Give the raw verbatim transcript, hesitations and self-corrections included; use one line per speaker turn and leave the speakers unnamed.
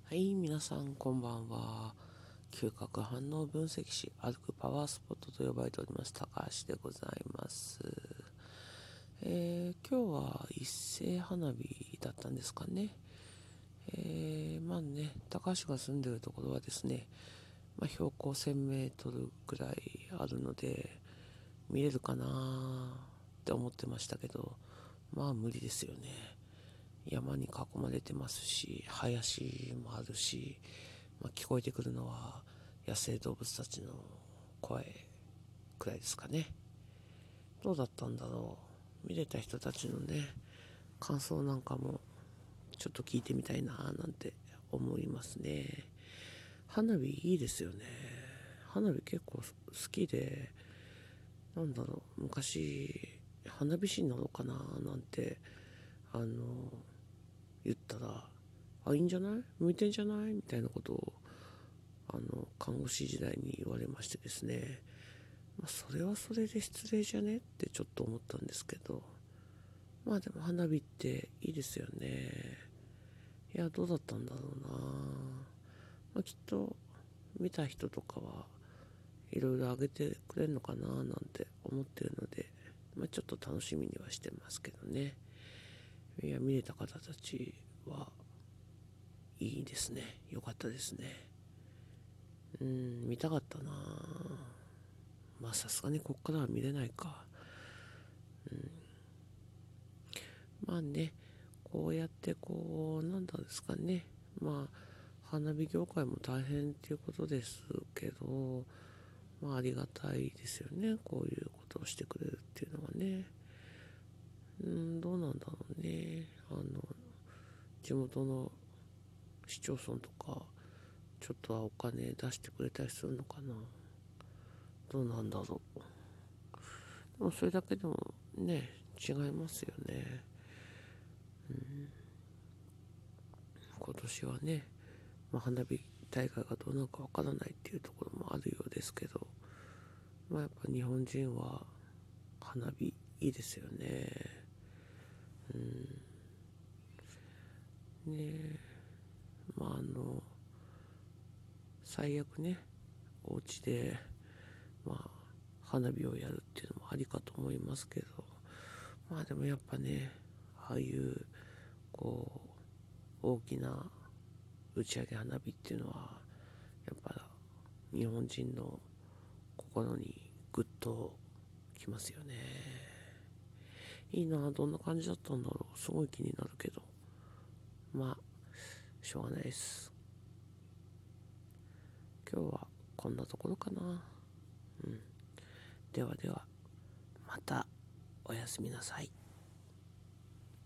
はい、皆さんこんばんは。嗅覚反応分析士、歩くパワースポットと呼ばれております高橋でございます。えー、今日は一斉花火だったんですかね。えー、まあね、高橋が住んでるところはですね、まあ、標高せんメートルくらいあるので、見れるかなって思ってましたけど、まあ無理ですよね。山に囲まれてますし、林もあるし、まあ、聞こえてくるのは野生動物たちの声くらいですかね。どうだったんだろう。見れた人たちのね、感想なんかもちょっと聞いてみたいななんて思いますね。花火いいですよね。花火結構好きで、なんだろう、昔花火師になろうかななんてあの言ったら、あ、いいんじゃない、向いてんじゃないみたいなことをあの看護師時代に言われましてですね、まあ、それはそれで失礼じゃねってちょっと思ったんですけど、まあでも花火っていいですよね。いや、どうだったんだろうな、まあ、きっと見た人とかはいろいろあげてくれるのかななんて思ってるので、まあ、ちょっと楽しみにはしてますけどね。いや、見れた方たちはいいですね。よかったですね。うん、見たかったな。まあさすがにこっからは見れないか。うん、まあね、こうやってこう、なんだですかね。まあ、花火業界も大変っていうことですけど、まあありがたいですよね。こういうことをしてくれるっていうのはね。うん、どうなんだろうね。あの、地元の市町村とか、ちょっとはお金出してくれたりするのかな。どうなんだろう。でもそれだけでもね、違いますよね。うん、今年はね、まあ、花火大会がどうなるかわからないっていうところもあるようですけど、まあ、やっぱ日本人は花火いいですよね。うん、ねえ、まああの、最悪ね、お家で、まあ、花火をやるっていうのもありかと思いますけど、まあでもやっぱね、ああいう、こう、大きな打ち上げ花火っていうのは、やっぱ日本人の心にグッときますよね。いいな、どんな感じだったんだろう。すごい気になるけど。まあ、しょうがないです。今日はこんなところかな。うん。ではでは、またおやすみなさい。